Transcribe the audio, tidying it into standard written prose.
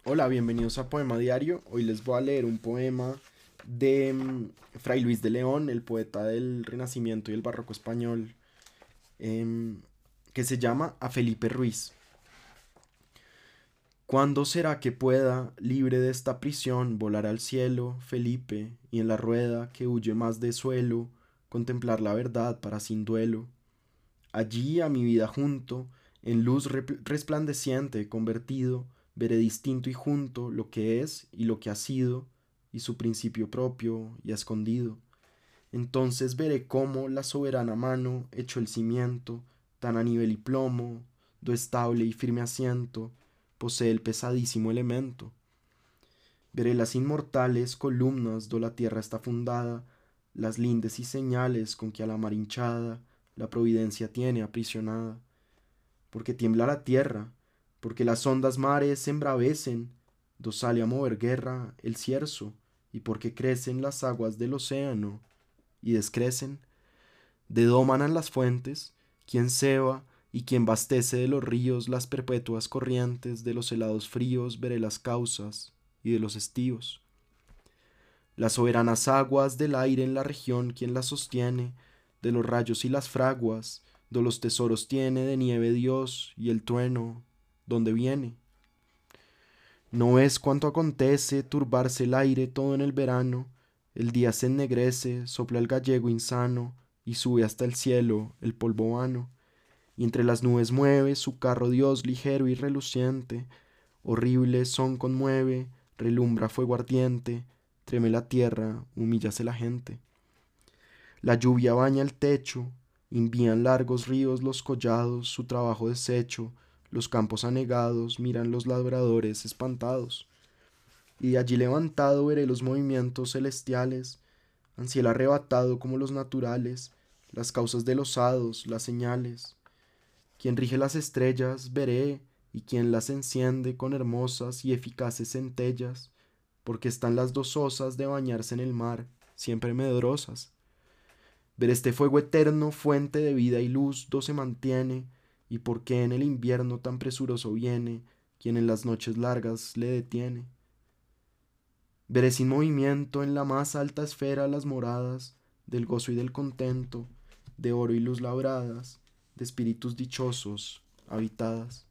Hola, bienvenidos a Poema Diario. Hoy les voy a leer un poema de Fray Luis de León, el poeta del Renacimiento y el Barroco español, em, que se llama A Felipe Ruiz. ¿Cuándo será que pueda, libre de esta prisión, volar al cielo, Felipe, y en la rueda que huye más de suelo, contemplar la verdad para sin duelo? Allí a mi vida junto, en luz resplandeciente convertido, veré distinto y junto lo que es y lo que ha sido, y su principio propio y escondido. Entonces veré cómo la soberana mano echó el cimiento, tan a nivel y plomo, do estable y firme asiento, posee el pesadísimo elemento. Veré las inmortales columnas do la tierra está fundada, las lindes y señales con que a la mar hinchada la providencia tiene aprisionada. Porque tiembla la tierra, porque las ondas mares se embravecen, do sale a mover guerra el cierzo, y porque crecen las aguas del océano, y descrecen, de do manan las fuentes, quien ceba y quien bastece de los ríos las perpetuas corrientes, de los helados fríos veré las causas, y de los estíos. Las soberanas aguas del aire en la región, quien las sostiene, de los rayos y las fraguas, do los tesoros tiene de nieve Dios, y el trueno, ¿dónde viene? No es cuanto acontece turbarse el aire todo en el verano, el día se ennegrece, sopla el gallego insano, y sube hasta el cielo el polvo vano, y entre las nubes mueve su carro Dios ligero y reluciente, horrible son conmueve, relumbra fuego ardiente, treme la tierra, humíllase la gente. La lluvia baña el techo, envían largos ríos los collados, su trabajo deshecho, los campos anegados, miran los labradores espantados. Y de allí levantado veré los movimientos celestiales, ansiel arrebatado como los naturales, las causas de los hados, las señales. Quien rige las estrellas veré, y quien las enciende con hermosas y eficaces centellas, porque están las dos osas de bañarse en el mar, siempre medrosas. Ver este fuego eterno, fuente de vida y luz, do se mantiene, y por qué en el invierno tan presuroso viene, quien en las noches largas le detiene. Veré sin movimiento en la más alta esfera las moradas del gozo y del contento, de oro y luz labradas, de espíritus dichosos habitadas.